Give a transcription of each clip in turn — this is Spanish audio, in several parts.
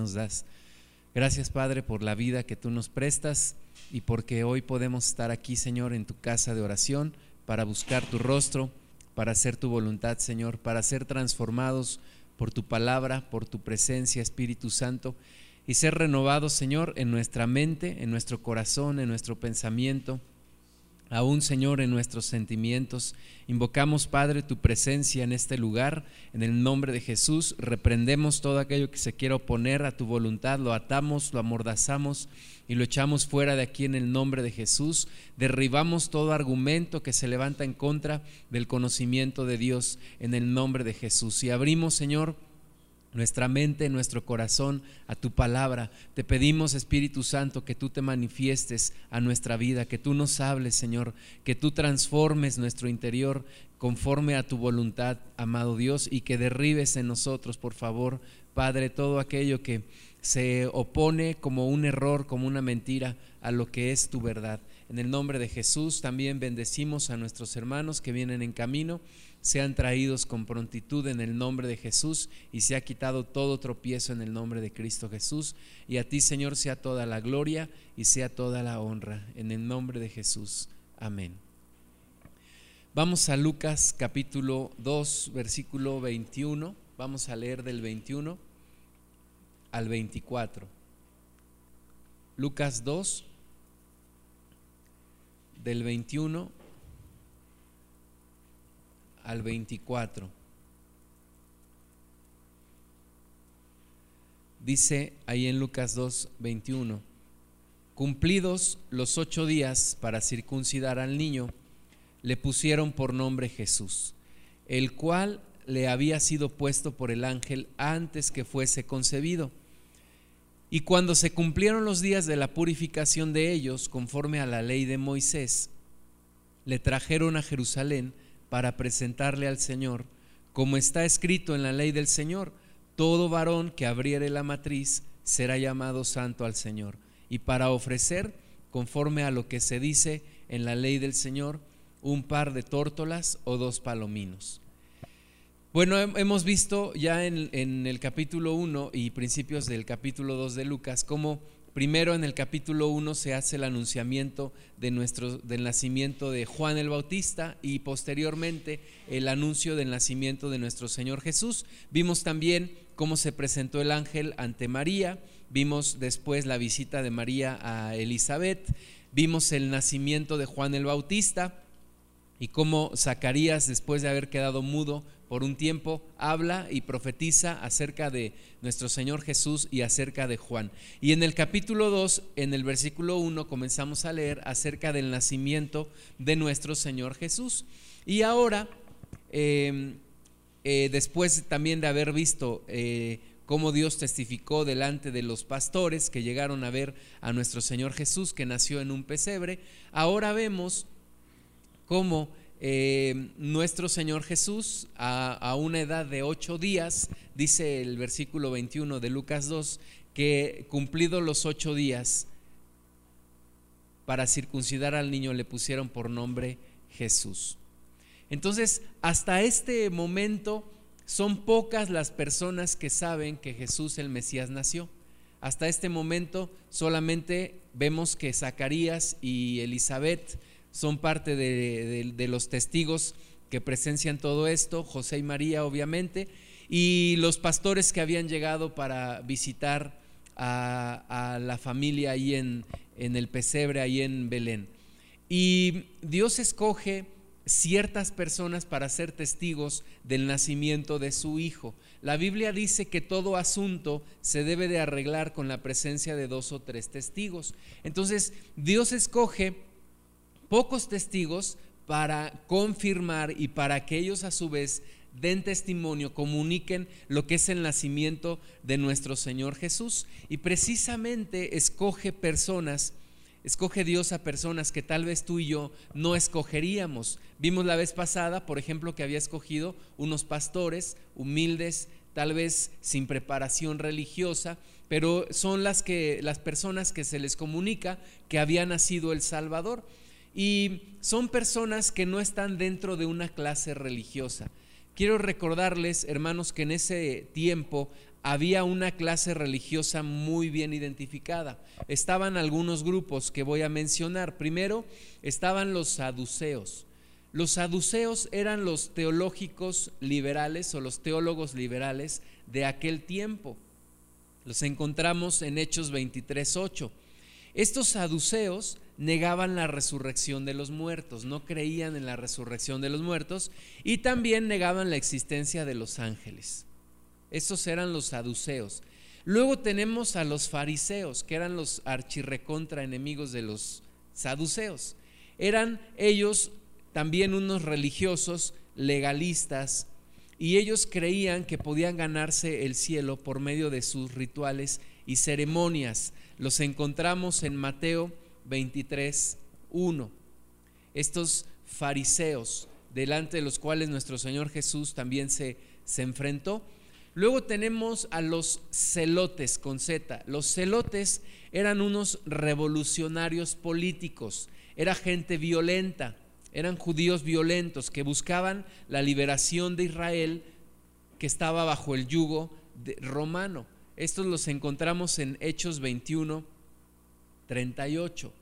nos das. Gracias, Padre, por la vida que tú nos prestas y porque hoy podemos estar aquí, Señor, en tu casa de oración para buscar tu rostro, para hacer tu voluntad, Señor, para ser transformados por tu palabra, por tu presencia, Espíritu Santo, y ser renovados, Señor, en nuestra mente, en nuestro corazón, en nuestro pensamiento, aún, Señor, en nuestros sentimientos. Invocamos, Padre, tu presencia en este lugar, en el nombre de Jesús. Reprendemos todo aquello que se quiera oponer a tu voluntad, lo atamos, lo amordazamos y lo echamos fuera de aquí en el nombre de Jesús. Derribamos todo argumento que se levanta en contra del conocimiento de Dios en el nombre de Jesús. Y abrimos, Señor, nuestra mente, nuestro corazón a tu palabra. Te pedimos, Espíritu Santo, que tú te manifiestes a nuestra vida, que tú nos hables, Señor, que tú transformes nuestro interior conforme a tu voluntad, amado Dios, y que derribes en nosotros, por favor, Padre, todo aquello que se opone como un error, como una mentira a lo que es tu verdad. En el nombre de Jesús también bendecimos a nuestros hermanos que vienen en camino, sean traídos con prontitud en el nombre de Jesús, y se ha quitado todo tropiezo en el nombre de Cristo Jesús. Y a ti, Señor, sea toda la gloria y sea toda la honra en el nombre de Jesús. Amén. Vamos a Lucas capítulo 2, versículo 21. Vamos a leer del 21 al 24. Lucas 2, del 21 al 24. Dice ahí en Lucas 2, 21: cumplidos los 8 días para circuncidar al niño, le pusieron por nombre Jesús, el cual le había sido puesto por el ángel antes que fuese concebido. Y cuando se cumplieron los días de la purificación de ellos, conforme a la ley de Moisés, le trajeron a Jerusalén para presentarle al Señor, como está escrito en la ley del Señor: todo varón que abriere la matriz será llamado santo al Señor. Y para ofrecer, conforme a lo que se dice en la ley del Señor, un par de tórtolas o 2 palominos. Bueno, hemos visto ya en el capítulo 1 y principios del capítulo 2 de Lucas cómo primero en el capítulo 1 se hace el anunciamiento del nacimiento de Juan el Bautista, y posteriormente el anuncio del nacimiento de nuestro Señor Jesús. Vimos también cómo se presentó el ángel ante María, vimos después la visita de María a Elizabeth, vimos el nacimiento de Juan el Bautista y cómo Zacarías, después de haber quedado mudo por un tiempo, habla y profetiza acerca de nuestro Señor Jesús y acerca de Juan. Y en el capítulo 2, en el versículo 1, comenzamos a leer acerca del nacimiento de nuestro Señor Jesús. Y ahora, después también de haber visto cómo Dios testificó delante de los pastores que llegaron a ver a nuestro Señor Jesús, que nació en un pesebre, ahora vemos cómo nuestro Señor Jesús a una edad de 8 días, dice el versículo 21 de Lucas 2, que cumplidos los 8 días para circuncidar al niño le pusieron por nombre Jesús. Entonces, hasta este momento son pocas las personas que saben que Jesús el Mesías nació. Hasta este momento solamente vemos que Zacarías y Elizabeth son parte de los testigos que presencian todo esto, José y María obviamente, y los pastores que habían llegado para visitar a la familia ahí en el pesebre, ahí en Belén. Y Dios escoge ciertas personas para ser testigos del nacimiento de su hijo. La Biblia dice que todo asunto se debe de arreglar con la presencia de 2 o 3 testigos. Entonces Dios escoge pocos testigos para confirmar y para que ellos a su vez den testimonio, comuniquen lo que es el nacimiento de nuestro Señor Jesús. Y precisamente escoge Dios a personas que tal vez tú y yo no escogeríamos. Vimos la vez pasada, por ejemplo, que había escogido unos pastores humildes, tal vez sin preparación religiosa, pero son las personas que se les comunica que había nacido el Salvador. Y son personas que no están dentro de una clase religiosa. Quiero recordarles, hermanos, que en ese tiempo había una clase religiosa muy bien identificada. Estaban algunos grupos que voy a mencionar. Primero estaban los saduceos. Los saduceos eran los teológicos liberales o los teólogos liberales de aquel tiempo. Los encontramos en Hechos 23:8. Estos saduceos negaban la resurrección de los muertos, no creían en la resurrección de los muertos y también negaban la existencia de los ángeles. Estos eran los saduceos. Luego tenemos a los fariseos, que eran los archirrecontra enemigos de los saduceos. Eran ellos también unos religiosos legalistas y ellos creían que podían ganarse el cielo por medio de sus rituales y ceremonias. Los encontramos en Mateo 23:1. Estos fariseos, delante de los cuales nuestro Señor Jesús también se enfrentó. Luego tenemos a los celotes con Z. Los celotes eran unos revolucionarios políticos, era gente violenta, eran judíos violentos que buscaban la liberación de Israel, que estaba bajo el yugo romano. Estos los encontramos en Hechos 21:38.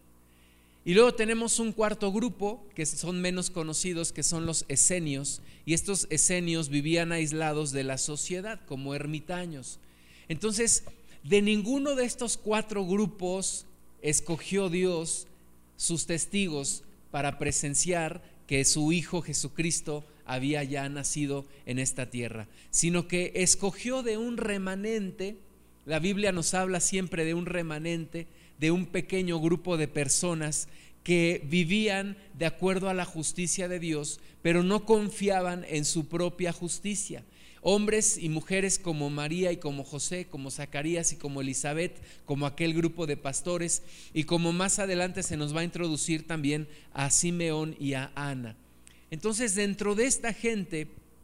Y luego tenemos un cuarto grupo que son menos conocidos, que son los esenios, y estos esenios vivían aislados de la sociedad como ermitaños. Entonces, de ninguno de estos cuatro grupos escogió Dios sus testigos para presenciar que su Hijo Jesucristo había ya nacido en esta tierra, sino que escogió de un remanente. La Biblia nos habla siempre de un remanente, de un pequeño grupo de personas que vivían de acuerdo a la justicia de Dios, pero no confiaban en su propia justicia. Hombres y mujeres como María y como José, como Zacarías y como Elizabeth, como aquel grupo de pastores, y como más adelante se nos va a introducir también a Simeón y a Ana. Entonces, dentro de esta gente,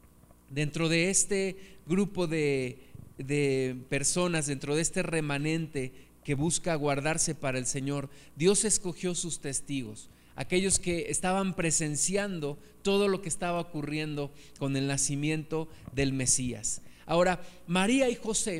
dentro de este grupo de personas, dentro de este remanente que busca guardarse para el Señor, Dios escogió sus testigos, aquellos que estaban presenciando todo lo que estaba ocurriendo con el nacimiento del Mesías. Ahora, María y José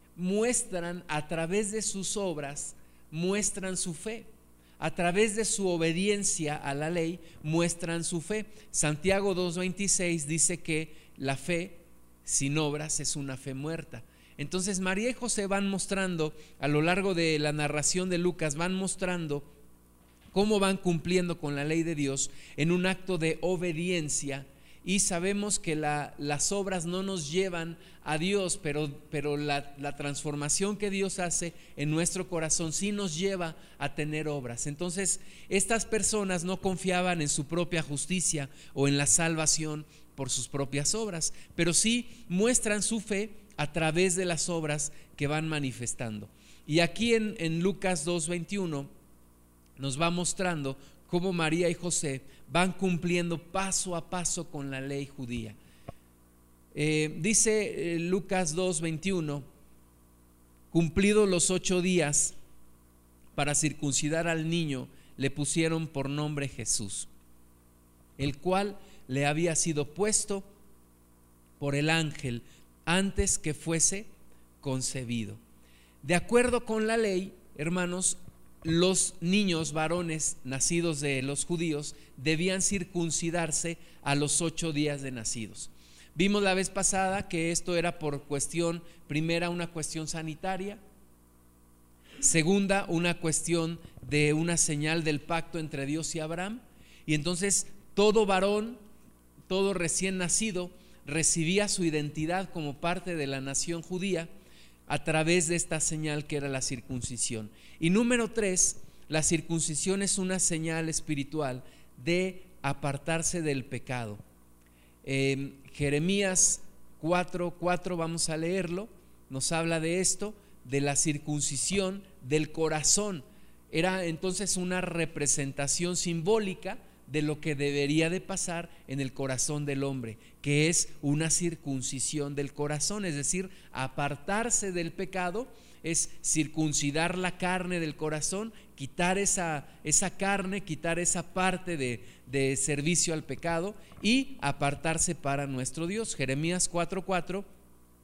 muestran a través de sus obras, muestran su fe. A través de su obediencia a la ley muestran su fe. Santiago 2:26 dice que la fe sin obras es una fe muerta. Entonces María y José van mostrando a lo largo de la narración de Lucas, van mostrando cómo van cumpliendo con la ley de Dios en un acto de obediencia. Y sabemos que las obras no nos llevan a Dios, pero la transformación que Dios hace en nuestro corazón sí nos lleva a tener obras. Entonces estas personas no confiaban en su propia justicia o en la salvación por sus propias obras, pero sí muestran su fe a través de las obras que van manifestando. Y aquí en Lucas 2:21 nos va mostrando cómo María y José van cumpliendo paso a paso con la ley judía. Dice Lucas 2:21: cumplidos los 8 días para circuncidar al niño, le pusieron por nombre Jesús, el cual le había sido puesto por el ángel antes que fuese concebido. De acuerdo con la ley, hermanos, los niños varones nacidos de los judíos debían circuncidarse a los 8 días de nacidos. Vimos la vez pasada que esto era por cuestión, primera, una cuestión sanitaria, segunda, una cuestión de una señal del pacto entre Dios y Abraham. Y entonces todo varón, todo recién nacido recibía su identidad como parte de la nación judía a través de esta señal que era la circuncisión. Y número 3, la circuncisión es una señal espiritual de apartarse del pecado. Jeremías 4:4, vamos a leerlo, nos habla de esto, de la circuncisión del corazón. Era entonces una representación simbólica de lo que debería de pasar en el corazón del hombre, que es una circuncisión del corazón, es decir, apartarse del pecado es circuncidar la carne del corazón, quitar esa carne, quitar esa parte de servicio al pecado y apartarse para nuestro Dios. Jeremías 4:4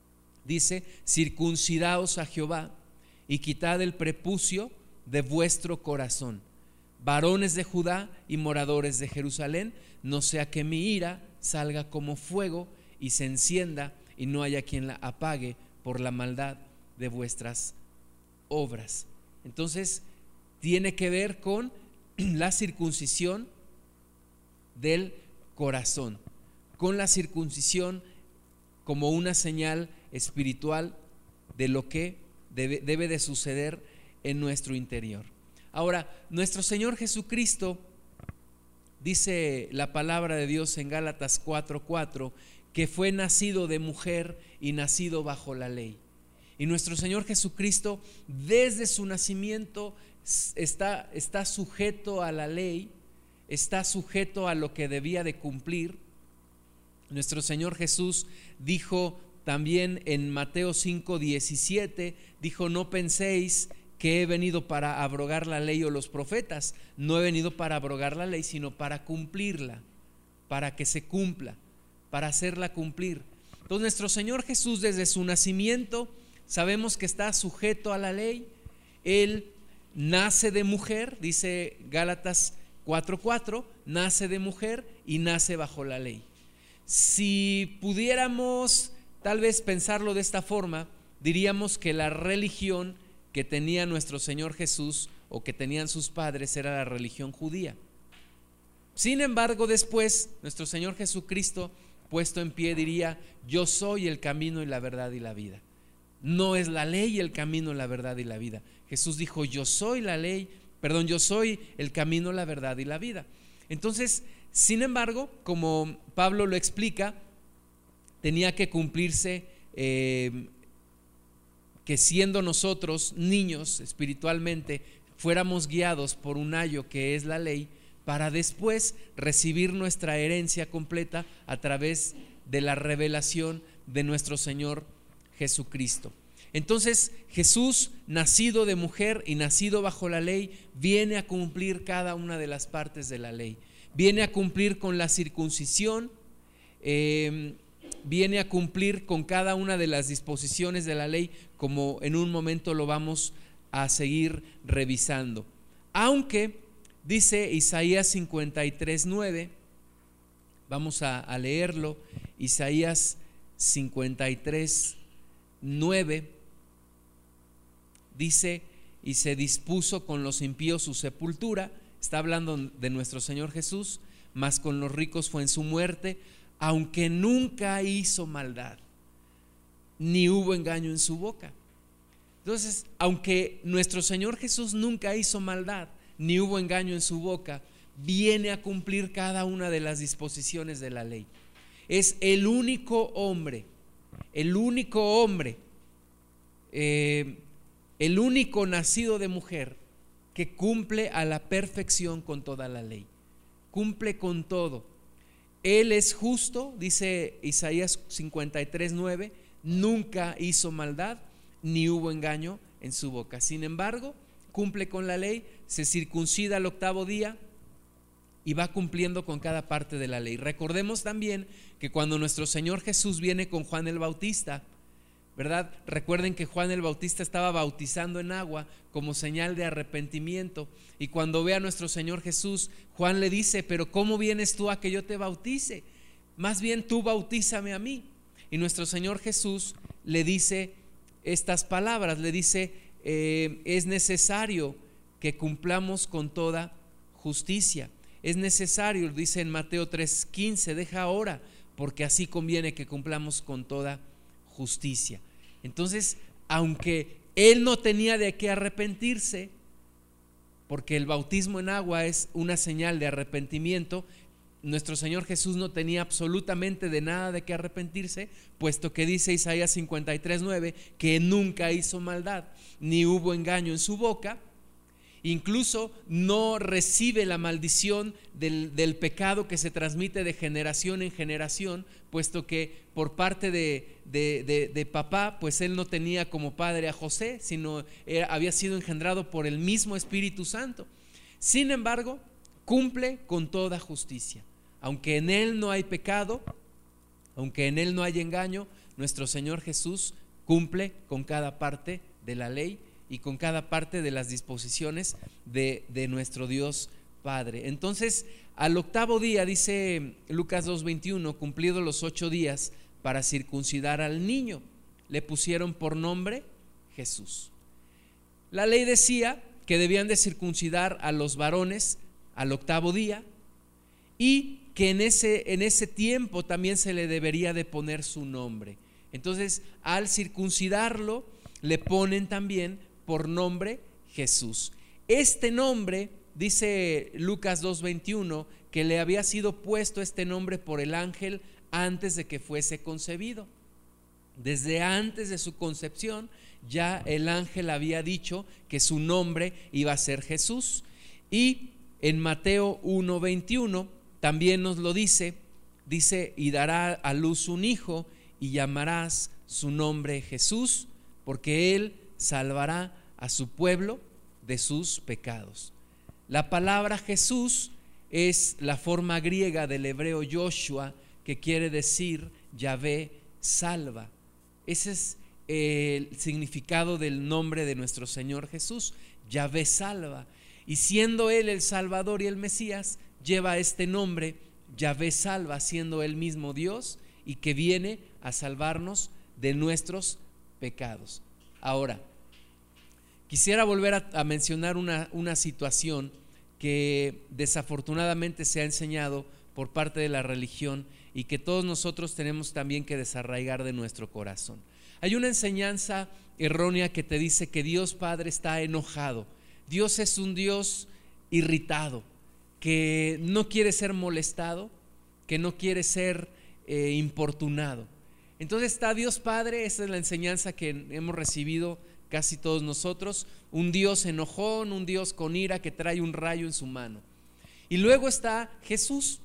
dice: circuncidaos a Jehová y quitad el prepucio de vuestro corazón, varones de Judá y moradores de Jerusalén, no sea que mi ira salga como fuego y se encienda y no haya quien la apague por la maldad de vuestras obras. Entonces tiene que ver con la circuncisión del corazón, con la circuncisión como una señal espiritual de lo que debe de suceder en nuestro interior. Ahora, nuestro Señor Jesucristo, dice la palabra de Dios en Gálatas 4:4, que fue nacido de mujer y nacido bajo la ley. Y nuestro Señor Jesucristo desde su nacimiento está sujeto a la ley, está sujeto a lo que debía de cumplir. Nuestro Señor Jesús dijo también en Mateo 5:17, dijo: no penséis que he venido para abrogar la ley o los profetas. No he venido para abrogar la ley, sino para cumplirla, para que se cumpla, para hacerla cumplir. Entonces nuestro Señor Jesús desde su nacimiento sabemos que está sujeto a la ley. Él nace de mujer, dice Gálatas 4:4, nace de mujer y nace bajo la ley. Si pudiéramos tal vez pensarlo de esta forma, diríamos que la religión que tenía nuestro Señor Jesús o que tenían sus padres era la religión judía. Sin embargo, después nuestro Señor Jesucristo, puesto en pie, diría: yo soy el camino y la verdad y la vida. No es la ley el camino, la verdad y la vida. Jesús dijo: yo soy la ley, yo soy el camino, la verdad y la vida. Entonces, sin embargo, como Pablo lo explica, tenía que cumplirse que siendo nosotros niños espiritualmente fuéramos guiados por un ayo que es la ley, para después recibir nuestra herencia completa a través de la revelación de nuestro Señor Jesucristo. Entonces Jesús, nacido de mujer y nacido bajo la ley, viene a cumplir cada una de las partes de la ley. Viene a cumplir con la circuncisión, viene a cumplir con cada una de las disposiciones de la ley, como en un momento lo vamos a seguir revisando. Aunque dice Isaías 53:9, vamos a leerlo. Isaías 53:9 dice: y se dispuso con los impíos su sepultura. Está hablando de nuestro Señor Jesús. Mas con los ricos fue en su muerte, aunque nunca hizo maldad, ni hubo engaño en su boca. Entonces, aunque nuestro Señor Jesús nunca hizo maldad, ni hubo engaño en su boca, viene a cumplir cada una de las disposiciones de la ley. Es el único hombre, el único nacido de mujer que cumple a la perfección con toda la ley. Cumple con todo. Él es justo, dice Isaías 53:9, nunca hizo maldad, ni hubo engaño en su boca. Sin embargo, cumple con la ley, se circuncida al 8º día y va cumpliendo con cada parte de la ley. Recordemos también que cuando nuestro Señor Jesús viene con Juan el Bautista, ¿verdad? Recuerden que Juan el Bautista estaba bautizando en agua como señal de arrepentimiento, y cuando ve a nuestro Señor Jesús, Juan le dice: pero ¿cómo vienes tú a que yo te bautice? Más bien tú bautízame a mí. Y nuestro Señor Jesús le dice estas palabras, le dice: es necesario que cumplamos con toda justicia. Es necesario, dice en Mateo 3:15, deja ahora, porque así conviene que cumplamos con toda justicia. Entonces, aunque él no tenía de qué arrepentirse, porque el bautismo en agua es una señal de arrepentimiento, nuestro Señor Jesús no tenía absolutamente de nada de qué arrepentirse, puesto que dice Isaías 53:9 que nunca hizo maldad, ni hubo engaño en su boca. Incluso no recibe la maldición del pecado que se transmite de generación en generación, puesto que por parte de papá, pues él no tenía como padre a José, sino había sido engendrado por el mismo Espíritu Santo. Sin embargo, cumple con toda justicia. Aunque en él no hay pecado, aunque en él no hay engaño, nuestro Señor Jesús cumple con cada parte de la ley y con cada parte de las disposiciones de nuestro Dios Padre. Entonces, al octavo día, dice Lucas 2:21, cumplidos los 8 días para circuncidar al niño, le pusieron por nombre Jesús. La ley decía que debían de circuncidar a los varones al octavo día y que en ese tiempo también se le debería de poner su nombre. Entonces, al circuncidarlo, le ponen también por nombre Jesús. Este nombre, dice Lucas 2:21, que le había sido puesto este nombre por el ángel antes de que fuese concebido. Desde antes de su concepción, ya el ángel había dicho que su nombre iba a ser Jesús. Y en Mateo 1:21 también nos lo dice, y dará a luz un hijo y llamarás su nombre Jesús, porque él salvará a su pueblo de sus pecados. La palabra Jesús es la forma griega del hebreo Yoshua, que quiere decir Yahvé salva. Ese es el significado del nombre de nuestro Señor Jesús, Yahvé salva. Y siendo él el Salvador y el Mesías, lleva este nombre, Yahvé salva, siendo él mismo Dios y que viene a salvarnos de nuestros pecados. Ahora, quisiera volver a mencionar una situación que desafortunadamente se ha enseñado por parte de la religión y que todos nosotros tenemos también que desarraigar de nuestro corazón. Hay una enseñanza errónea que te dice que Dios Padre está enojado. Dios es un Dios irritado, que no quiere ser molestado, que no quiere ser importunado. Entonces está Dios Padre, esa es la enseñanza que hemos recibido casi todos nosotros, un Dios enojón, un Dios con ira que trae un rayo en su mano. Y luego está Jesús,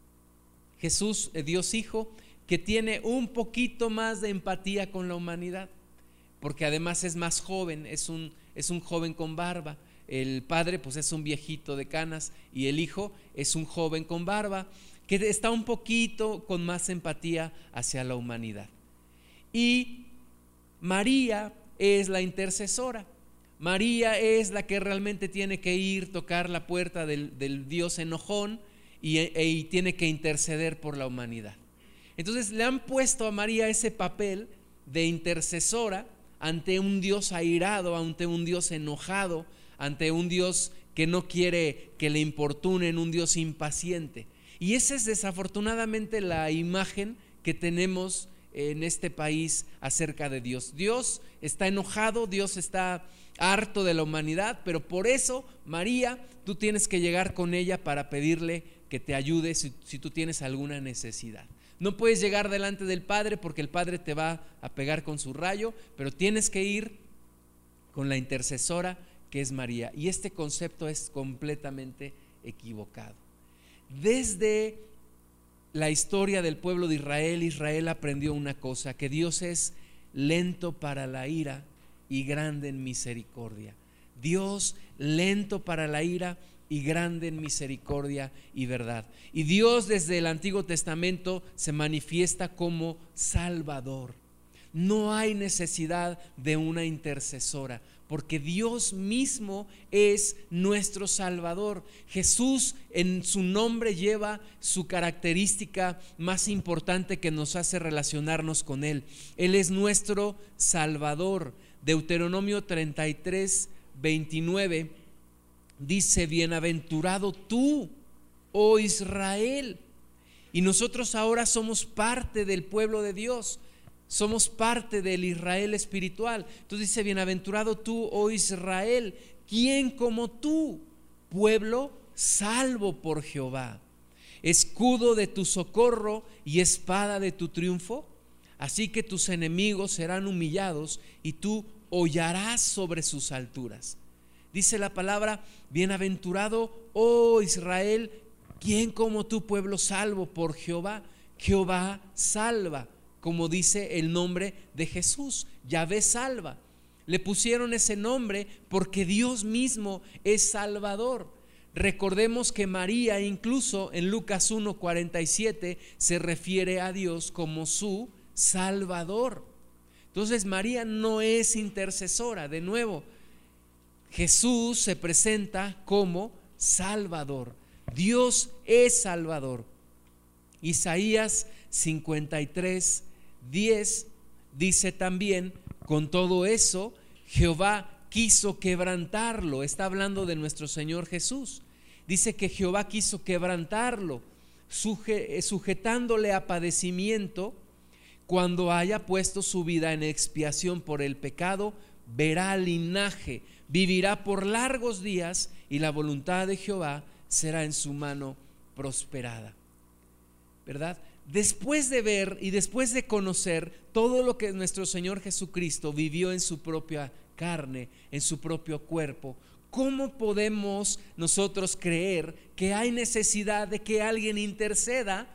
Dios Hijo, que tiene un poquito más de empatía con la humanidad, porque además es más joven, es un joven con barba. El Padre pues es un viejito de canas y el Hijo es un joven con barba que está un poquito con más empatía hacia la humanidad. Y María es la intercesora. María es la que realmente tiene que ir, tocar la puerta del Dios enojón y tiene que interceder por la humanidad. Entonces le han puesto a María ese papel de intercesora ante un Dios airado, ante un Dios enojado, ante un Dios que no quiere que le importunen, un Dios impaciente. Y esa es desafortunadamente la imagen que tenemos en este país acerca de Dios. Dios está enojado, Dios está harto de la humanidad, pero por eso, María, tú tienes que llegar con ella para pedirle que te ayude si tú tienes alguna necesidad. No puedes llegar delante del Padre porque el Padre te va a pegar con su rayo, pero tienes que ir con la intercesora que es María. Y este concepto es completamente equivocado. Desde la historia del pueblo de Israel aprendió una cosa, que Dios es lento para la ira y grande en misericordia. Dios lento para la ira y grande en misericordia y verdad. Y Dios desde el Antiguo Testamento se manifiesta como Salvador. No hay necesidad de una intercesora, porque Dios mismo es nuestro Salvador. Jesús en su nombre lleva su característica más importante que nos hace relacionarnos con Él. Él es nuestro Salvador. Deuteronomio 33:29 dice: bienaventurado tú, oh Israel. Y nosotros ahora somos parte del pueblo de Dios. Somos parte del Israel espiritual. Entonces dice: bienaventurado tú, oh Israel, ¿quién como tú? Pueblo salvo por Jehová, escudo de tu socorro y espada de tu triunfo. Así que tus enemigos serán humillados y tú hollarás sobre sus alturas. Dice la palabra: bienaventurado, oh Israel, ¿quién como tú? Pueblo salvo por Jehová. Jehová salva, como dice el nombre de Jesús, Yahvé salva. Le pusieron ese nombre porque Dios mismo es Salvador. Recordemos que María, incluso en Lucas 1:47, se refiere a Dios como su Salvador. Entonces María no es intercesora. De nuevo, Jesús se presenta como Salvador. Dios es Salvador. Isaías 53:10 dice también: con todo eso Jehová quiso quebrantarlo. Está hablando de nuestro Señor Jesús. Dice que Jehová quiso quebrantarlo, sujetándole a padecimiento. Cuando haya puesto su vida en expiación por el pecado, verá linaje, vivirá por largos días, y la voluntad de Jehová será en su mano prosperada. ¿Verdad? Después de ver y después de conocer todo lo que nuestro Señor Jesucristo vivió en su propia carne, en su propio cuerpo, ¿cómo podemos nosotros creer que hay necesidad de que alguien interceda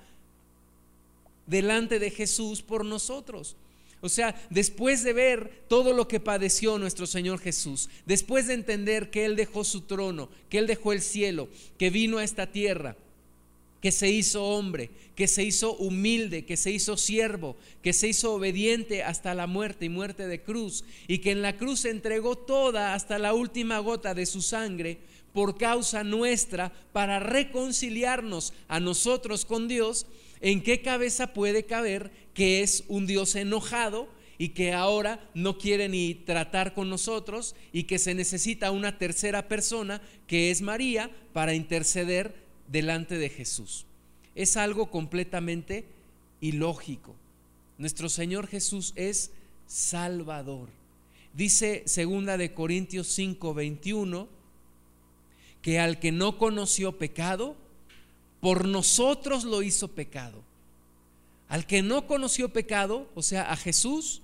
delante de Jesús por nosotros? O sea, después de ver todo lo que padeció nuestro Señor Jesús, después de entender que Él dejó su trono, que Él dejó el cielo, que vino a esta tierra, que se hizo hombre, que se hizo humilde, que se hizo siervo, que se hizo obediente hasta la muerte y muerte de cruz, y que en la cruz entregó toda hasta la última gota de su sangre por causa nuestra, para reconciliarnos a nosotros con Dios. ¿En qué cabeza puede caber que es un Dios enojado y que ahora no quiere ni tratar con nosotros, y que se necesita una tercera persona, que es María, para interceder delante de Jesús? Es algo completamente ilógico. Nuestro Señor Jesús es Salvador. Dice 2 Corintios 5:21 que al que no conoció pecado, por nosotros lo hizo pecado. Al que no conoció pecado, o sea, a Jesús,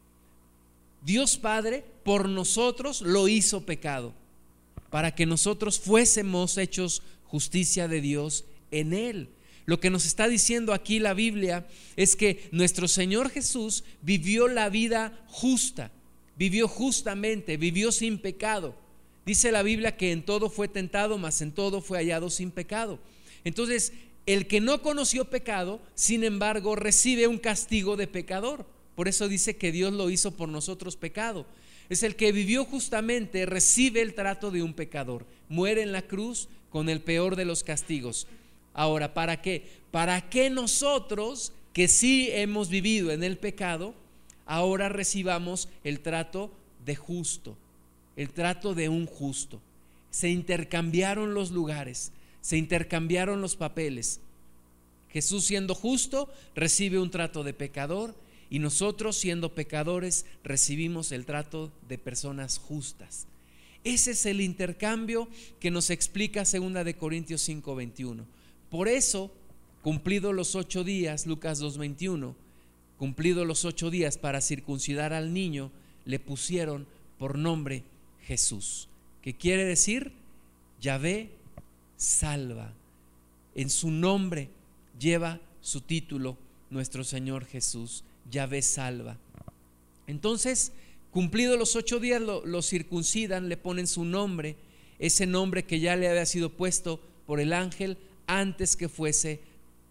Dios Padre por nosotros lo hizo pecado, para que nosotros fuésemos hechos justicia de Dios en Él. Lo que nos está diciendo aquí la Biblia es que nuestro Señor Jesús vivió la vida justa, vivió justamente, vivió sin pecado. Dice la Biblia que en todo fue tentado, mas en todo fue hallado sin pecado. Entonces, el que no conoció pecado, sin embargo, recibe un castigo de pecador. Por eso dice que Dios lo hizo por nosotros pecado. Es el que vivió justamente, recibe el trato de un pecador, muere en la cruz con el peor de los castigos. Ahora, ¿para qué? Para que nosotros, que sí hemos vivido en el pecado, ahora recibamos el trato de justo, el trato de un justo. Se intercambiaron los lugares, se intercambiaron los papeles. Jesús, siendo justo, recibe un trato de pecador, y nosotros, siendo pecadores, recibimos el trato de personas justas. Ese es el intercambio que nos explica 2 Corintios 5:21. Por eso, cumplidos los 8 días, Lucas 2:21, cumplidos los 8 días para circuncidar al niño, le pusieron por nombre Jesús, que quiere decir Yahvé salva. En su nombre lleva su título nuestro Señor Jesús, Yahvé salva. Entonces, cumplidos los 8 días, lo circuncidan, le ponen su nombre, ese nombre que ya le había sido puesto por el ángel antes que fuese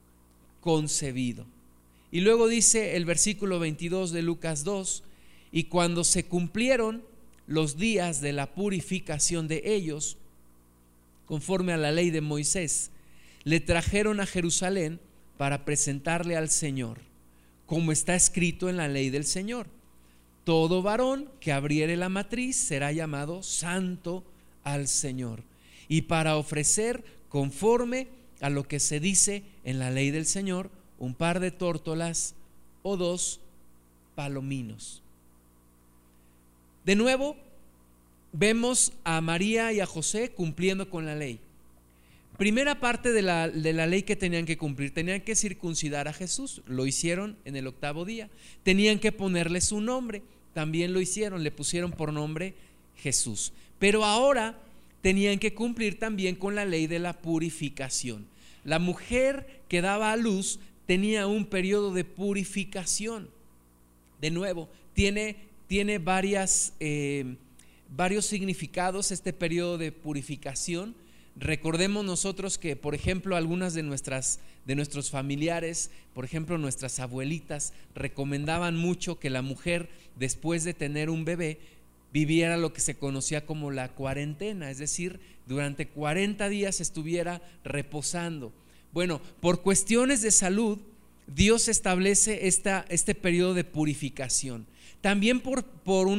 concebido. Y luego dice el versículo 22 de Lucas 2: y cuando se cumplieron los días de la purificación de ellos, conforme a la ley de Moisés, le trajeron a Jerusalén para presentarle al Señor, como está escrito en la ley del Señor: todo varón que abriere la matriz será llamado santo al Señor, y para ofrecer, conforme a lo que se dice en la ley del Señor, un par de tórtolas o 2 palominos. De nuevo, vemos a María y a José cumpliendo con la ley. Primera parte de la ley que tenían que cumplir: tenían que circuncidar a Jesús, lo hicieron en el 8º día. Tenían que ponerle su nombre, también lo hicieron, le pusieron por nombre Jesús. Pero ahora tenían que cumplir también con la ley de la purificación. La mujer que daba a luz tenía un periodo de purificación. De nuevo, tiene varios significados este periodo de purificación. recordemos nosotros que, por ejemplo, algunas de nuestros familiares, por ejemplo, nuestras abuelitas, recomendaban mucho que la mujer, después de tener un bebé, viviera lo que se conocía como la cuarentena, es decir, durante 40 días estuviera reposando. Bueno, por cuestiones de salud, Dios establece este periodo de purificación. También por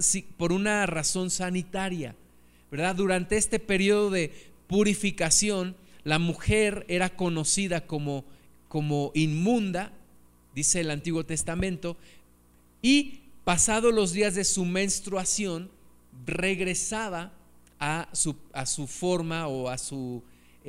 una razón sanitaria, ¿verdad? Durante este periodo de purificación, la mujer era conocida como inmunda, dice el Antiguo Testamento, y pasados los días de su menstruación, regresaba a su forma o a su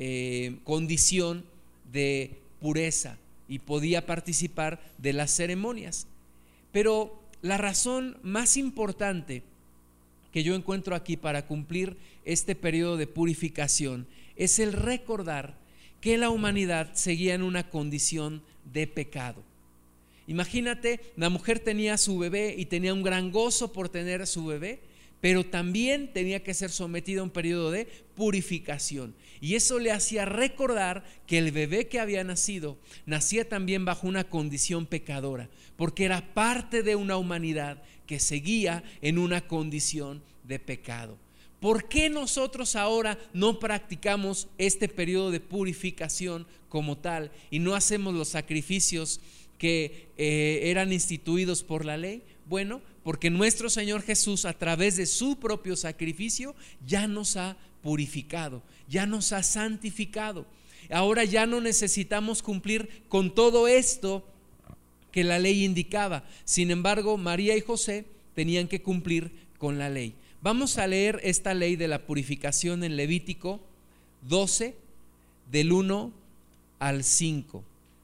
condición de pureza y podía participar de las ceremonias. Pero la razón más importante que yo encuentro aquí para cumplir este periodo de purificación es el recordar que la humanidad seguía en una condición de pecado. Imagínate, la mujer tenía su bebé y tenía un gran gozo por tener a su bebé, pero también tenía que ser sometida a un periodo de purificación, y eso le hacía recordar que el bebé que había nacido nacía también bajo una condición pecadora, porque era parte de una humanidad que seguía en una condición de pecado. ¿Por qué nosotros ahora no practicamos este periodo de purificación como tal y no hacemos los sacrificios que eran instituidos por la ley? Bueno, porque nuestro Señor Jesús, a través de su propio sacrificio, ya nos ha purificado, ya nos ha santificado. Ahora ya no necesitamos cumplir con todo esto que la ley indicaba. Sin embargo, María y José tenían que cumplir con la ley. Vamos a leer esta ley de la purificación en Levítico 12, del 1 al 5.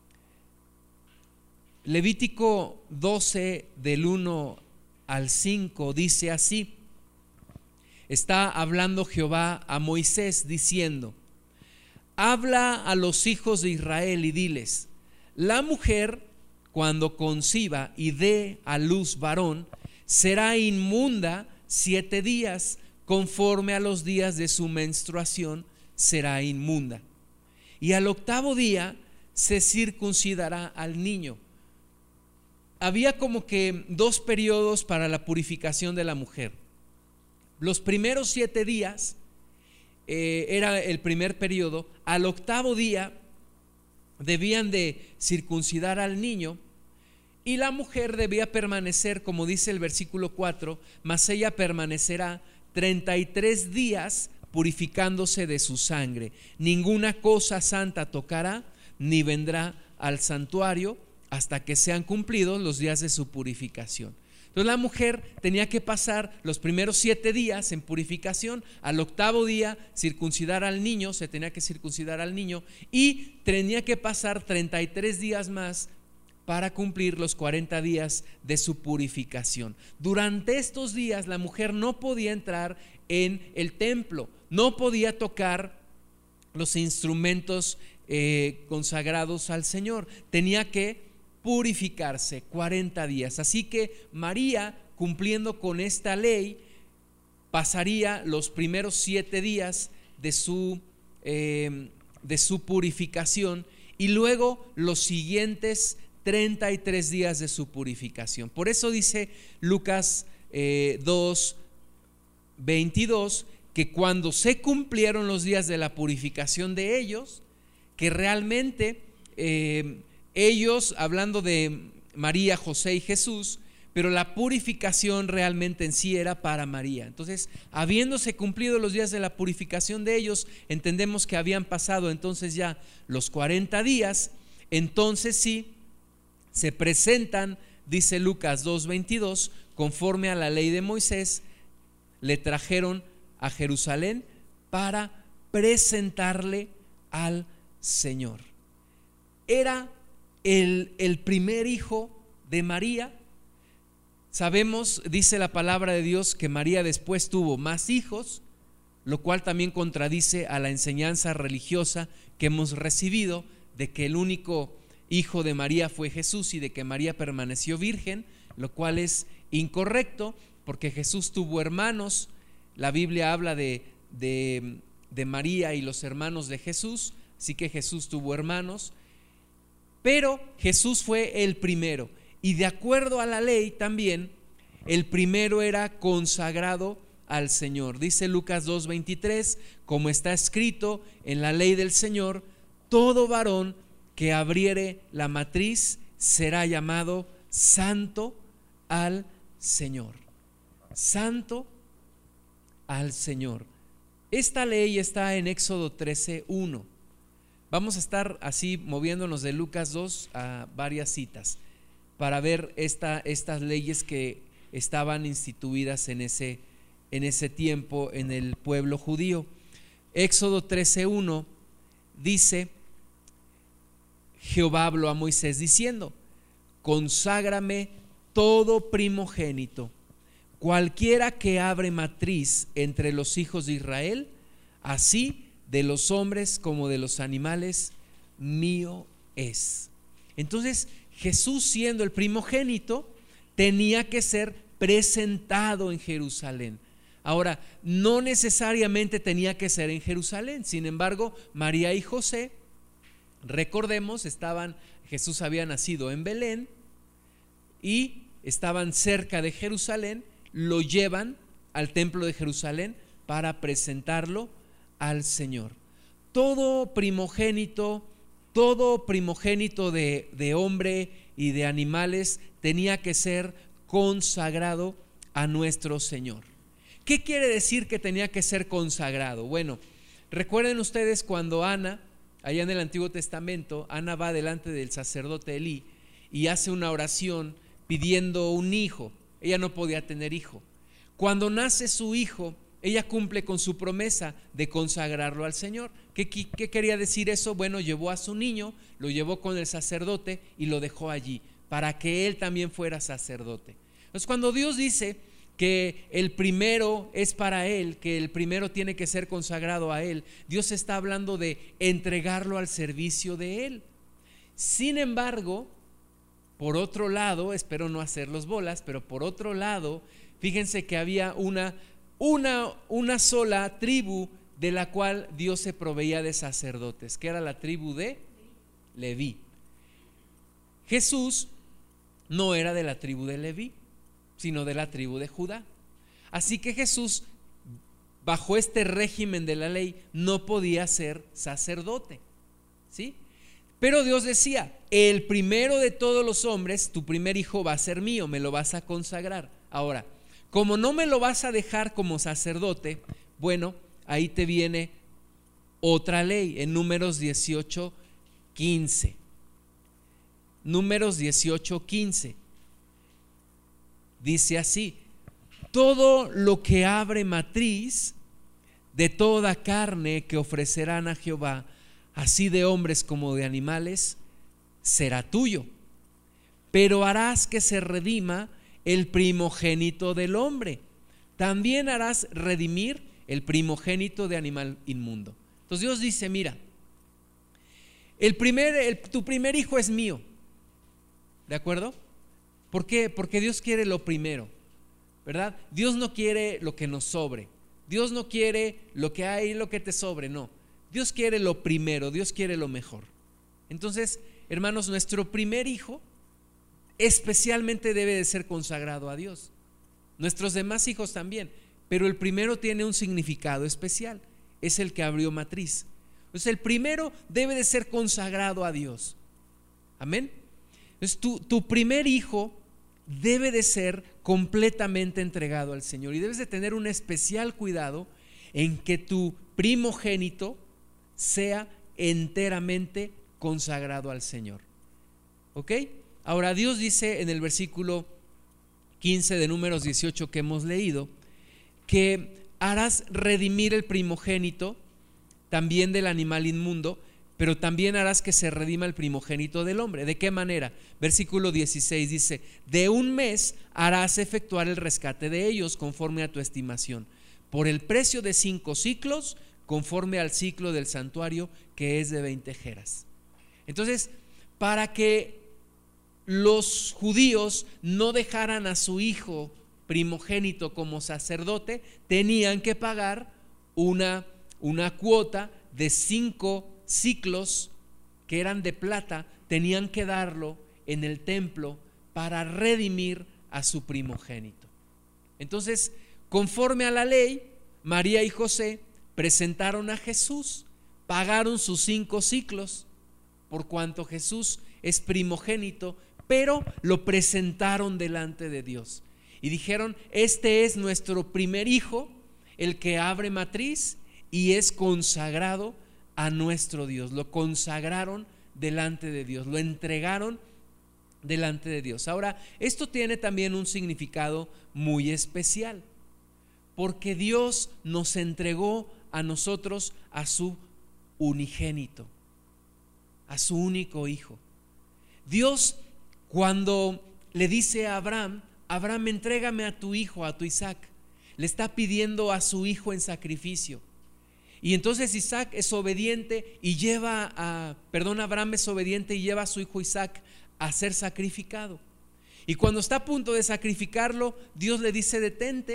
Levítico 12, del 1 al 5 dice así: está hablando Jehová a Moisés diciendo: habla a los hijos de Israel y diles: la mujer, cuando conciba y dé a luz varón, será inmunda 7 días, conforme a los días de su menstruación será inmunda, y al 8º día se circuncidará al niño. Había como que 2 periodos para la purificación de la mujer. Los primeros 7 días era el primer periodo. Al 8º día debían de circuncidar al niño, y la mujer debía permanecer, como dice el versículo 4, mas ella permanecerá 33 días purificándose de su sangre. Ninguna cosa santa tocará, ni vendrá al santuario hasta que sean cumplidos los días de su purificación. Entonces la mujer tenía que pasar los primeros 7 días en purificación. Al 8º día circuncidar al niño, se tenía que circuncidar al niño, y tenía que pasar 33 días más para cumplir los 40 días de su purificación. Durante estos días la mujer no podía entrar en el templo, no podía tocar los instrumentos consagrados al Señor, tenía que purificarse 40 días. Así que María, cumpliendo con esta ley, pasaría los primeros 7 días de su purificación, y luego los siguientes 33 días de su purificación. Por eso dice Lucas 2:22 que cuando se cumplieron los días de la purificación de ellos, que realmente ellos, hablando de María, José y Jesús, pero la purificación realmente en sí era para María. Entonces, habiéndose cumplido los días de la purificación de ellos, entendemos que habían pasado entonces ya los 40 días. Entonces sí, se presentan, dice Lucas 2:22, conforme a la ley de Moisés, le trajeron a Jerusalén para presentarle al Señor. Era el primer hijo de María. Sabemos, dice la palabra de Dios, que María después tuvo más hijos, lo cual también contradice a la enseñanza religiosa que hemos recibido de que el único hijo de María fue Jesús y de que María permaneció virgen, lo cual es incorrecto, porque Jesús tuvo hermanos. La Biblia habla de de María y los hermanos de Jesús, así que Jesús tuvo hermanos, pero Jesús fue el primero, y de acuerdo a la ley también, el primero era consagrado al Señor. Dice Lucas 2:23, como está escrito en la ley del Señor, todo varón que abriere la matriz será llamado santo al Señor. Santo al Señor. Esta ley está en Éxodo 13:1. Vamos a estar así moviéndonos de Lucas 2 a varias citas para ver estas leyes que estaban instituidas en ese tiempo en el pueblo judío. Éxodo 13:1 dice: Jehová habló a Moisés diciendo: conságrame todo primogénito, cualquiera que abre matriz entre los hijos de Israel, así de los hombres como de los animales, mío es. Entonces Jesús, siendo el primogénito, tenía que ser presentado en Jerusalén. Ahora, no necesariamente tenía que ser en Jerusalén. Sin embargo, María y José, recordemos, Jesús había nacido en Belén y estaban cerca de Jerusalén. Lo llevan al templo de Jerusalén para presentarlo al Señor. Todo primogénito de hombre y de animales tenía que ser consagrado a nuestro Señor. ¿Qué quiere decir que tenía que ser consagrado? Bueno, recuerden ustedes cuando Ana, allá en el Antiguo Testamento, Ana va delante del sacerdote Elí y hace una oración pidiendo un hijo. Ella no podía tener hijo. Cuando nace su hijo, ella cumple con su promesa de consagrarlo al Señor. ¿Qué quería decir eso? Bueno, llevó a su niño, lo llevó con el sacerdote y lo dejó allí para que él también fuera sacerdote. Entonces, cuando Dios dice que el primero es para él, que el primero tiene que ser consagrado a él, Dios está hablando de entregarlo al servicio de él. Sin embargo, por otro lado, espero no hacerlos bolas, pero por otro lado, fíjense que había una sola tribu de la cual Dios se proveía de sacerdotes, que era la tribu de Leví. Jesús no era de la tribu de Leví, sino de la tribu de Judá. Así que Jesús, bajo este régimen de la ley, no podía ser sacerdote, ¿sí? Pero Dios decía: el primero de todos los hombres, tu primer hijo va a ser mío, me lo vas a consagrar. Ahora, como no me lo vas a dejar como sacerdote, bueno, ahí te viene otra ley en Números 18:15. Números 18:15 dice así: todo lo que abre matriz de toda carne que ofrecerán a Jehová, así de hombres como de animales, será tuyo, pero harás que se redima el primogénito del hombre. También harás redimir el primogénito de animal inmundo. Entonces Dios dice: mira, tu primer hijo es mío, ¿de acuerdo? ¿Por qué? Porque Dios quiere lo primero, ¿verdad? Dios no quiere lo que nos sobre. Dios no quiere lo que hay, lo que te sobre, no. Dios quiere lo primero, Dios quiere lo mejor. Entonces, hermanos, nuestro primer hijo especialmente debe de ser consagrado a Dios. Nuestros demás hijos también, pero el primero tiene un significado especial, es el que abrió matriz. Entonces el primero debe de ser consagrado a Dios. Amén. Entonces tu primer hijo debe de ser completamente entregado al Señor y debes de tener un especial cuidado en que tu primogénito sea enteramente consagrado al Señor. ¿Ok? Ahora Dios dice en el versículo 15 de Números 18 que hemos leído, que harás redimir el primogénito también del animal inmundo, pero también harás que se redima el primogénito del hombre. ¿De qué manera? Versículo 16 dice: de un mes harás efectuar el rescate de ellos conforme a tu estimación, por el precio de 5 siclos, conforme al ciclo del santuario, que es de 20 geras. Entonces, para que los judíos no dejaran a su hijo primogénito como sacerdote, tenían que pagar una una cuota de 5 siclos que eran de plata, tenían que darlo en el templo para redimir a su primogénito. Entonces, conforme a la ley, María y José presentaron a Jesús, pagaron sus 5 siclos, por cuanto Jesús es primogénito, pero lo presentaron delante de Dios y dijeron: este es nuestro primer hijo, el que abre matriz y es consagrado a nuestro Dios. Lo consagraron delante de Dios, lo entregaron delante de Dios. Ahora, esto tiene también un significado muy especial, porque Dios nos entregó a nosotros a su unigénito, a su único hijo. Dios, cuando le dice a Abraham: Abraham, entrégame a tu hijo, a tu Isaac, le está pidiendo a su hijo en sacrificio. Y entonces Isaac es obediente y Abraham es obediente y lleva a su hijo Isaac a ser sacrificado. Y cuando está a punto de sacrificarlo, Dios le dice: detén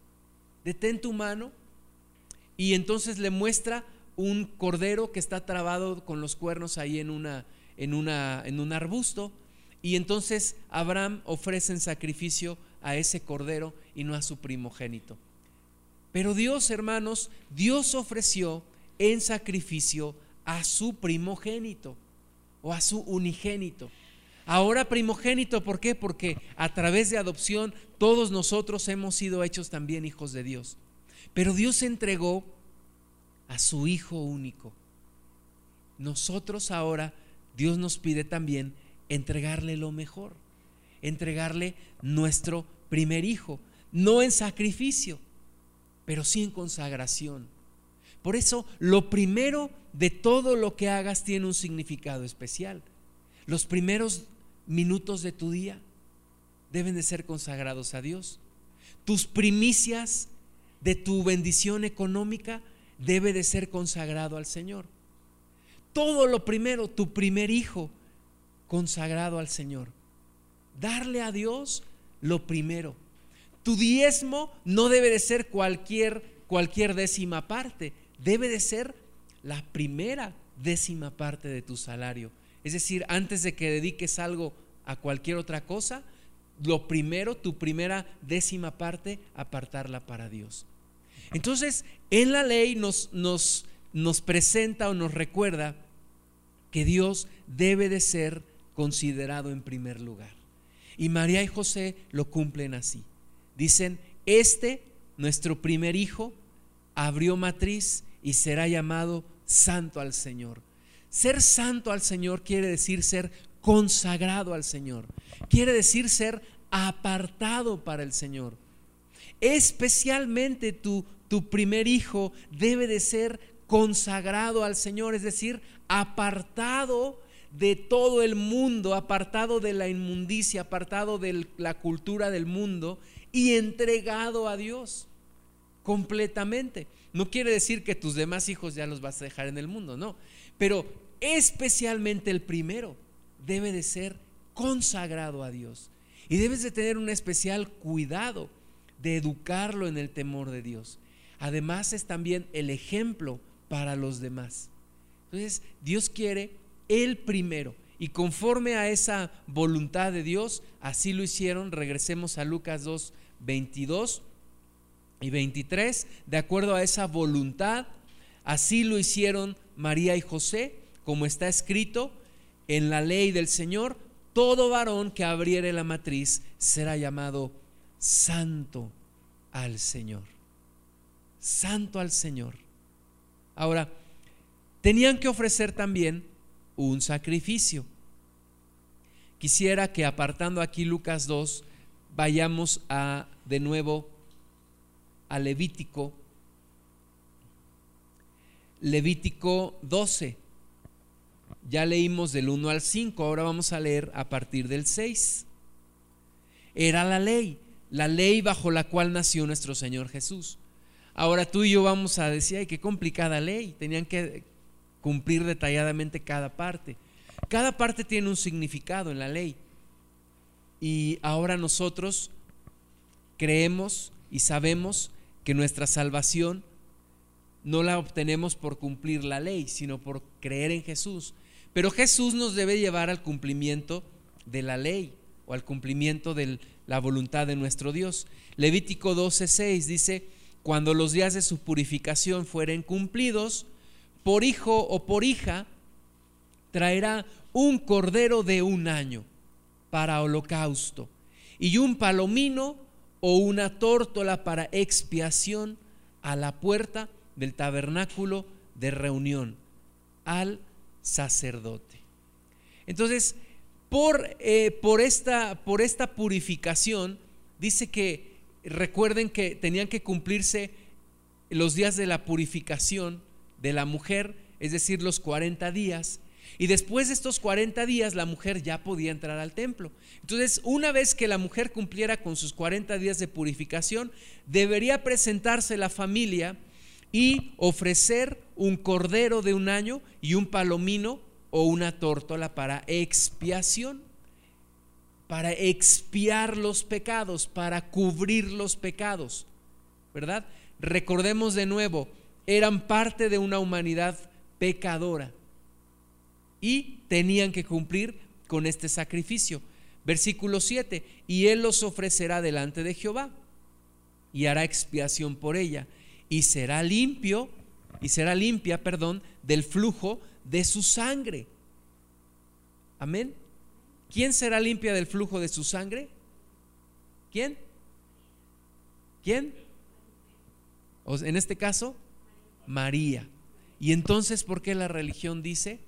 tu mano. Y entonces le muestra un cordero que está trabado con los cuernos ahí en un arbusto. Y entonces Abraham ofrece en sacrificio a ese cordero y no a su primogénito. Pero Dios, hermanos, Dios ofreció en sacrificio a su primogénito o a su unigénito. Ahora primogénito, ¿por qué? Porque a través de adopción todos nosotros hemos sido hechos también hijos de Dios. Pero Dios entregó a su Hijo único. Nosotros ahora, Dios nos pide también entregarle lo mejor, entregarle nuestro primer hijo, no en sacrificio, pero sí en consagración. Por eso, lo primero de todo lo que hagas tiene un significado especial. Los primeros minutos de tu día deben de ser consagrados a Dios. Tus primicias de tu bendición económica debe de ser consagrado al Señor. Todo lo primero, tu primer hijo, consagrado al Señor. Darle a Dios lo primero. Tu diezmo no debe de ser cualquier décima parte, debe de ser la primera décima parte de tu salario. Es decir, antes de que dediques algo a cualquier otra cosa, lo primero, tu primera décima parte, apartarla para Dios. Entonces, en la ley nos presenta o nos recuerda que Dios debe de ser considerado en primer lugar. Y María y José lo cumplen así. Dicen: nuestro primer hijo, abrió matriz y será llamado santo al Señor. Ser santo al Señor quiere decir ser consagrado al Señor, quiere decir ser apartado para el Señor. Especialmente tu primer hijo debe de ser consagrado al Señor, es decir, apartado de todo el mundo, apartado de la inmundicia, apartado de la cultura del mundo y entregado a Dios completamente. No quiere decir que tus demás hijos ya los vas a dejar en el mundo, no, pero especialmente el primero debe de ser consagrado a Dios y debes de tener un especial cuidado de educarlo en el temor de Dios. Además, es también el ejemplo para los demás. Entonces, Dios quiere el primero, y conforme a esa voluntad de Dios, así lo hicieron. Regresemos a Lucas 2, 22 y 23. De acuerdo a esa voluntad, así lo hicieron María y José, como está escrito en la ley del Señor: todo varón que abriere la matriz será llamado santo al Señor. Santo al Señor. Ahora, tenían que ofrecer también un sacrificio. Quisiera que, apartando aquí Lucas 2, vayamos de nuevo a Levítico 12. Ya leímos del 1 al 5, ahora vamos a leer a partir del 6. Era la ley bajo la cual nació nuestro Señor Jesús. Ahora tú y yo vamos a decir: ay, qué complicada ley. Tenían que cumplir detalladamente cada parte. Cada parte tiene un significado en la ley. Y ahora nosotros creemos y sabemos que nuestra salvación no la obtenemos por cumplir la ley, sino por creer en Jesús. Pero Jesús nos debe llevar al cumplimiento de la ley o al cumplimiento de la voluntad de nuestro Dios. Levítico 12:6 dice: cuando los días de su purificación fueren cumplidos, por hijo o por hija traerá un cordero de 1 año para holocausto y un palomino o una tórtola para expiación a la puerta del tabernáculo de reunión al sacerdote. Entonces, por esta purificación, dice que recuerden que tenían que cumplirse los días de la purificación de la mujer, es decir, los 40 días. Y después de estos 40 días la mujer ya podía entrar al templo. Entonces, una vez que la mujer cumpliera con sus 40 días de purificación, debería presentarse la familia y ofrecer un cordero de 1 año y un palomino o una tórtola para expiación, para expiar los pecados, para cubrir los pecados, ¿verdad? Recordemos de nuevo, eran parte de una humanidad pecadora y tenían que cumplir con este sacrificio. Versículo 7: y él los ofrecerá delante de Jehová y hará expiación por ella y será limpia, del flujo de su sangre. Amén. ¿Quién será limpia del flujo de su sangre? ¿Quién? En este caso, María. Y entonces, ¿por qué la religión dice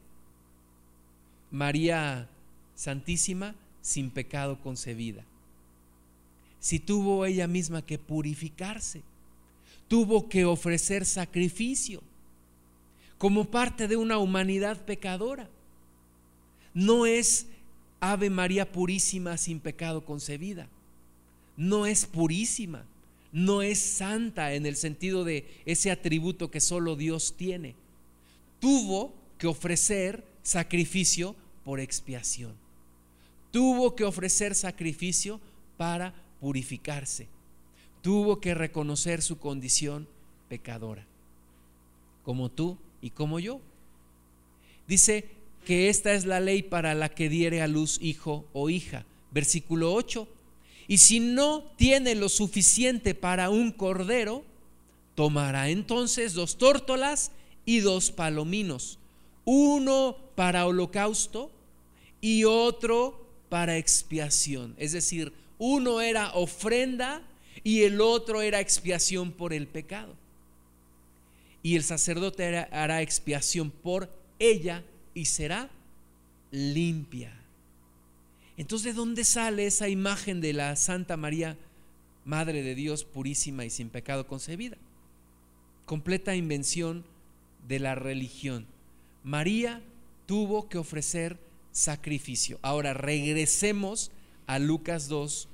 María Santísima, sin pecado concebida? Si tuvo ella misma que purificarse, tuvo que ofrecer sacrificio como parte de una humanidad pecadora. No es Ave María purísima sin pecado concebida, no es purísima, no es santa en el sentido de ese atributo que solo Dios tiene. Tuvo que ofrecer sacrificio por expiación, tuvo que ofrecer sacrificio para purificarse, tuvo que reconocer su condición pecadora, como tú y como yo. Dice que esta es la ley para la que diere a luz hijo o hija. Versículo 8: y si no tiene lo suficiente para un cordero, tomará entonces 2 tórtolas y 2 palominos, uno para holocausto y otro para expiación. Es decir, uno era ofrenda y el otro era expiación por el pecado. Y el sacerdote hará expiación por ella y será limpia. Entonces, ¿de dónde sale esa imagen de la Santa María, Madre de Dios, purísima y sin pecado concebida? Completa invención de la religión. María tuvo que ofrecer sacrificio. Ahora regresemos a Lucas 2.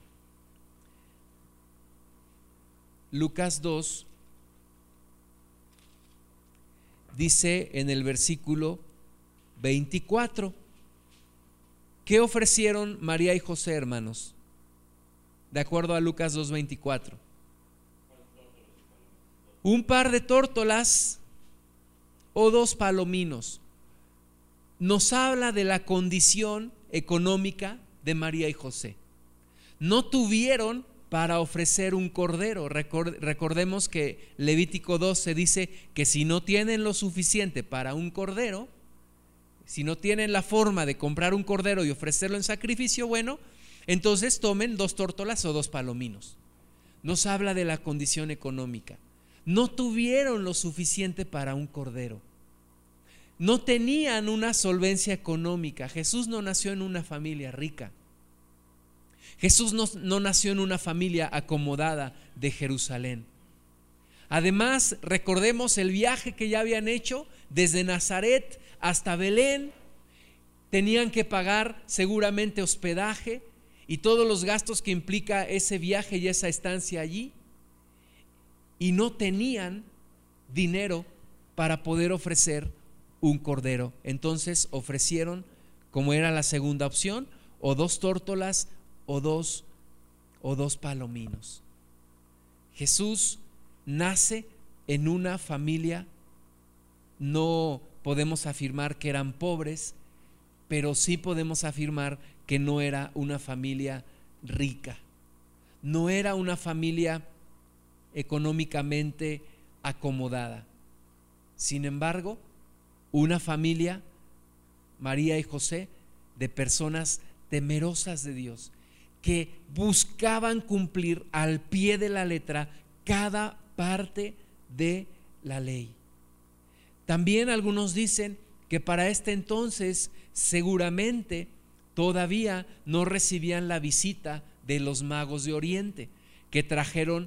Lucas 2 dice en el versículo 24: ¿qué ofrecieron María y José, hermanos? De acuerdo a Lucas 2:24, un par de tórtolas o 2 palominos. Nos habla de la condición económica de María y José. No tuvieron para ofrecer un cordero. Recordemos que Levítico 12 dice que si no tienen lo suficiente para un cordero, si no tienen la forma de comprar un cordero y ofrecerlo en sacrificio, bueno, entonces tomen 2 tórtolas o 2 palominos. Nos habla de la condición económica. No tuvieron lo suficiente para un cordero, no tenían una solvencia económica. Jesús no nació en una familia rica. Jesús no nació en una familia acomodada de Jerusalén. Además, recordemos el viaje que ya habían hecho desde Nazaret hasta Belén. Tenían que pagar seguramente hospedaje y todos los gastos que implica ese viaje y esa estancia allí. Y no tenían dinero para poder ofrecer un cordero. Entonces ofrecieron, como era la segunda opción, o 2 tórtolas o dos palominos. Jesús nace en una familia, no podemos afirmar que eran pobres, pero sí podemos afirmar que no era una familia rica, no era una familia económicamente acomodada. Sin embargo, una familia, María y José, de personas temerosas de Dios, que buscaban cumplir al pie de la letra cada parte de la ley. También algunos dicen que para este entonces seguramente todavía no recibían la visita de los magos de Oriente, que trajeron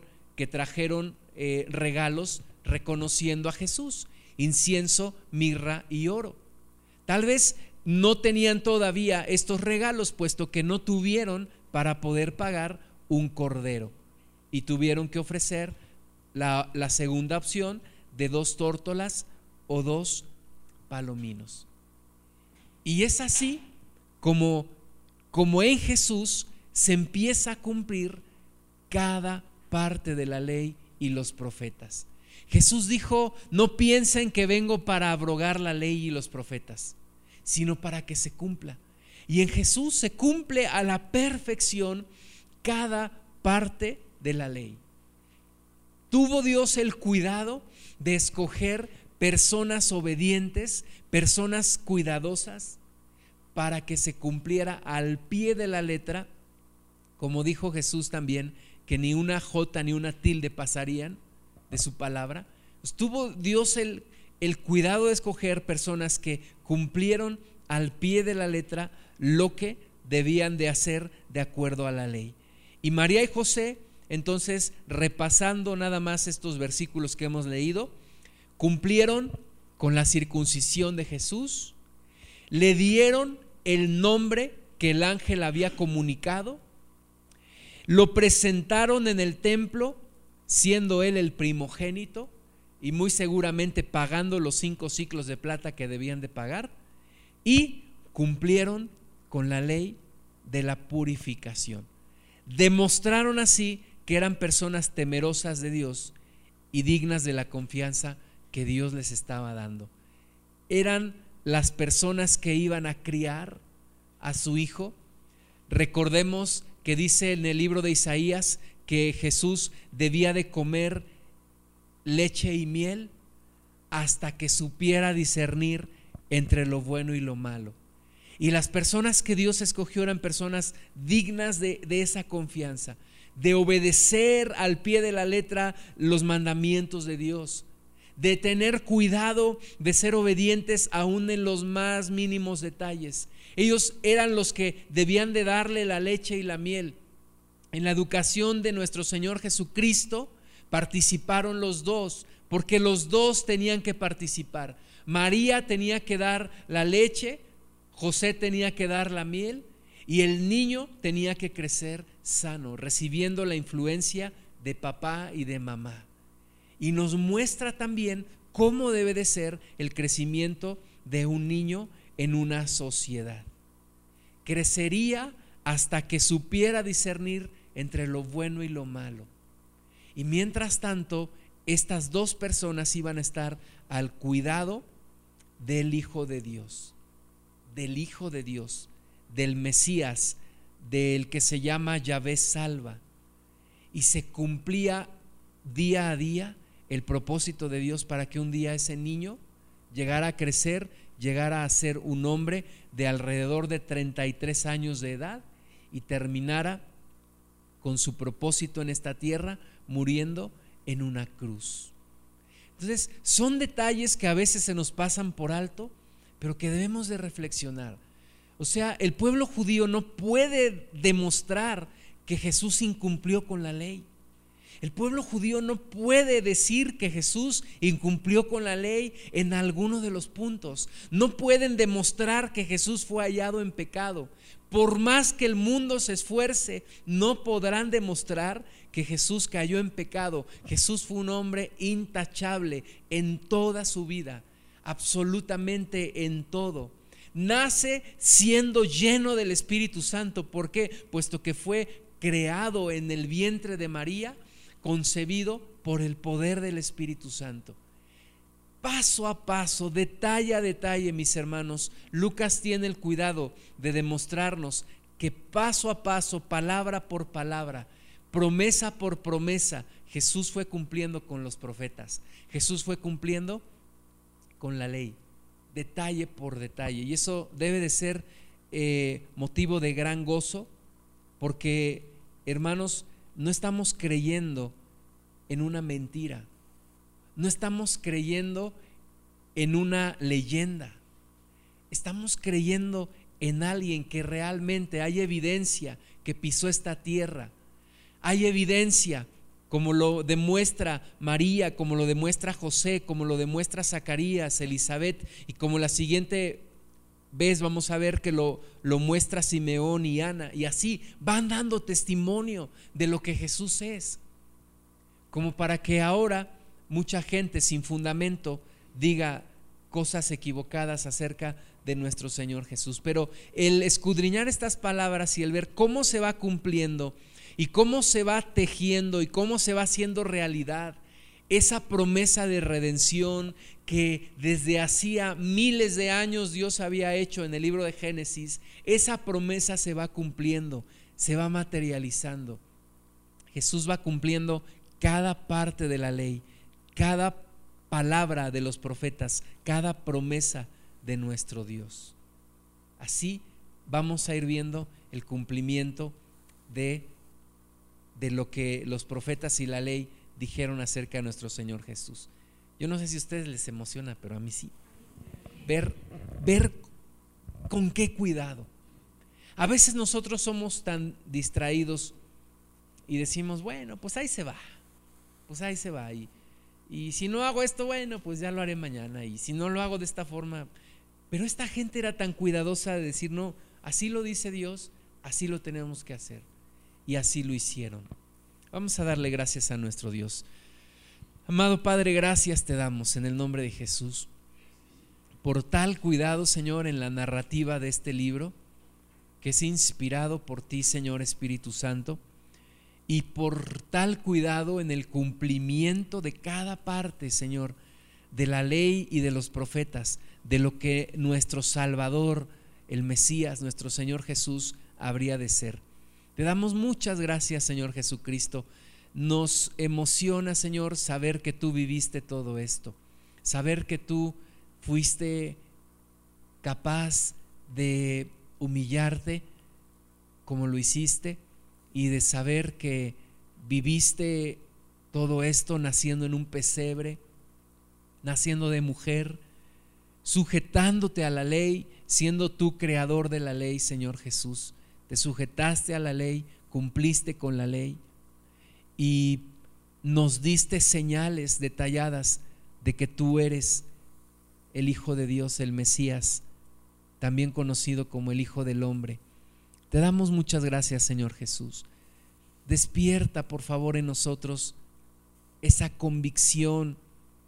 regalos reconociendo a Jesús: incienso, mirra y oro. Tal vez no tenían todavía estos regalos, puesto que no tuvieron para poder pagar un cordero, y tuvieron que ofrecer la segunda opción de 2 tórtolas o 2 palominos. Y es así como en Jesús se empieza a cumplir cada parte de la ley y los profetas. Jesús dijo: no piensen que vengo para abrogar la ley y los profetas, sino para que se cumpla. Y en Jesús se cumple a la perfección cada parte de la ley. Tuvo Dios el cuidado de escoger personas obedientes, personas cuidadosas, para que se cumpliera al pie de la letra, como dijo Jesús también, que ni una jota ni una tilde pasarían de su palabra. Pues tuvo Dios el cuidado de escoger personas que cumplieron al pie de la letra lo que debían de hacer de acuerdo a la ley. Y María y José, entonces, repasando nada más estos versículos que hemos leído, cumplieron con la circuncisión de Jesús, le dieron el nombre que el ángel había comunicado, lo presentaron en el templo, siendo él el primogénito y muy seguramente pagando los 5 siclos de plata que debían de pagar, y cumplieron con la ley de la purificación. Demostraron así que eran personas temerosas de Dios y dignas de la confianza que Dios les estaba dando. Eran las personas que iban a criar a su hijo. Recordemos que dice en el libro de Isaías que Jesús debía de comer leche y miel hasta que supiera discernir entre lo bueno y lo malo. Y las personas que Dios escogió eran personas dignas de esa confianza, de obedecer al pie de la letra los mandamientos de Dios, de tener cuidado de ser obedientes aún en los más mínimos detalles. Ellos eran los que debían de darle la leche y la miel. En la educación de nuestro Señor Jesucristo participaron los dos, porque los dos tenían que participar. María tenía que dar la leche, José tenía que dar la miel, y el niño tenía que crecer sano, recibiendo la influencia de papá y de mamá. Y nos muestra también cómo debe de ser el crecimiento de un niño en una sociedad. Crecería hasta que supiera discernir entre lo bueno y lo malo. Y mientras tanto, estas dos personas iban a estar al cuidado del Hijo de Dios, del Mesías, del que se llama Yahvé salva. Y se cumplía día a día el propósito de Dios para que un día ese niño llegara a crecer, llegara a ser un hombre de alrededor de 33 años de edad y terminara con su propósito en esta tierra muriendo en una cruz. Entonces, son detalles que a veces se nos pasan por alto, pero que debemos de reflexionar. O sea, el pueblo judío no puede demostrar que Jesús incumplió con la ley. El pueblo judío no puede decir que Jesús incumplió con la ley en alguno de los puntos. No pueden demostrar que Jesús fue hallado en pecado. Por más que el mundo se esfuerce, no podrán demostrar que Jesús cayó en pecado. Jesús fue un hombre intachable en toda su vida, absolutamente en todo. Nace siendo lleno del Espíritu Santo. ¿Por qué? Puesto que fue creado en el vientre de María, concebido por el poder del Espíritu Santo. Paso a paso, detalle a detalle, mis hermanos, Lucas tiene el cuidado de demostrarnos que paso a paso, palabra por palabra, promesa por promesa, Jesús fue cumpliendo con los profetas. Jesús fue cumpliendo con la ley, detalle por detalle. Y eso debe de ser motivo de gran gozo, porque, hermanos, no estamos creyendo en una mentira, no estamos creyendo en una leyenda, estamos creyendo en alguien que realmente hay evidencia que pisó esta tierra. Hay evidencia, como lo demuestra María, como lo demuestra José, como lo demuestra Zacarías, Elizabeth, y como la siguiente vez vamos a ver que lo muestra Simeón y Ana, y así van dando testimonio de lo que Jesús es, como para que ahora mucha gente sin fundamento diga cosas equivocadas acerca de nuestro Señor Jesús. Pero el escudriñar estas palabras y el ver cómo se va cumpliendo y cómo se va tejiendo y cómo se va haciendo realidad esa promesa de redención que desde hacía miles de años Dios había hecho en el libro de Génesis, esa promesa se va cumpliendo, se va materializando. Jesús va cumpliendo cada parte de la ley, cada palabra de los profetas, cada promesa de nuestro Dios. Así vamos a ir viendo el cumplimiento de lo que los profetas y la ley dijeron acerca de nuestro Señor Jesús. Yo no sé si a ustedes les emociona, pero a mí sí. Ver con qué cuidado. A veces nosotros somos tan distraídos y decimos, bueno, pues ahí se va. Y si no hago esto, bueno, pues ya lo haré mañana. Y si no lo hago de esta forma. Pero esta gente era tan cuidadosa de decir, no, así lo dice Dios, así lo tenemos que hacer. Y así lo hicieron. Vamos a darle gracias a nuestro Dios. Amado Padre, gracias te damos en el nombre de Jesús por tal cuidado, Señor, en la narrativa de este libro, que es inspirado por ti, Señor Espíritu Santo, y por tal cuidado en el cumplimiento de cada parte, Señor, de la ley y de los profetas, de lo que nuestro Salvador, el Mesías, nuestro Señor Jesús, habría de ser. Te damos muchas gracias, Señor Jesucristo. Nos emociona, Señor, saber que tú viviste todo esto, saber que tú fuiste capaz de humillarte como lo hiciste y de saber que viviste todo esto naciendo en un pesebre, naciendo de mujer, sujetándote a la ley, siendo tú creador de la ley, Señor Jesús. Te sujetaste a la ley, cumpliste con la ley y nos diste señales detalladas de que tú eres el Hijo de Dios, el Mesías, también conocido como el Hijo del Hombre. Te damos muchas gracias, Señor Jesús. Despierta, por favor, en nosotros esa convicción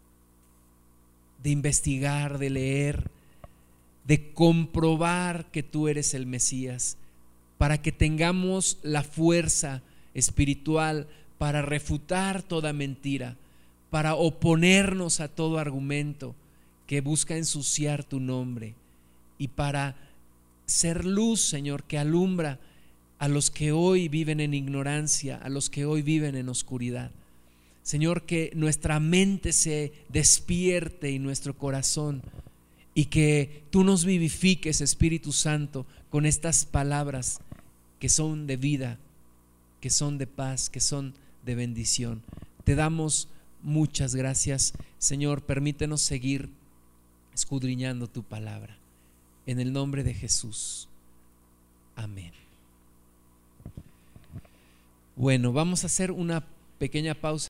de investigar, de leer, de comprobar que tú eres el Mesías, para que tengamos la fuerza espiritual para refutar toda mentira, para oponernos a todo argumento que busca ensuciar tu nombre, y para ser luz, Señor, que alumbra a los que hoy viven en ignorancia, a los que hoy viven en oscuridad. Señor, que nuestra mente se despierte y nuestro corazón, y que tú nos vivifiques, Espíritu Santo, con estas palabras que son de vida, que son de paz, que son de bendición. Te damos muchas gracias, Señor. Permítenos seguir escudriñando tu palabra. En el nombre de Jesús. Amén. Bueno, vamos a hacer una pequeña pausa.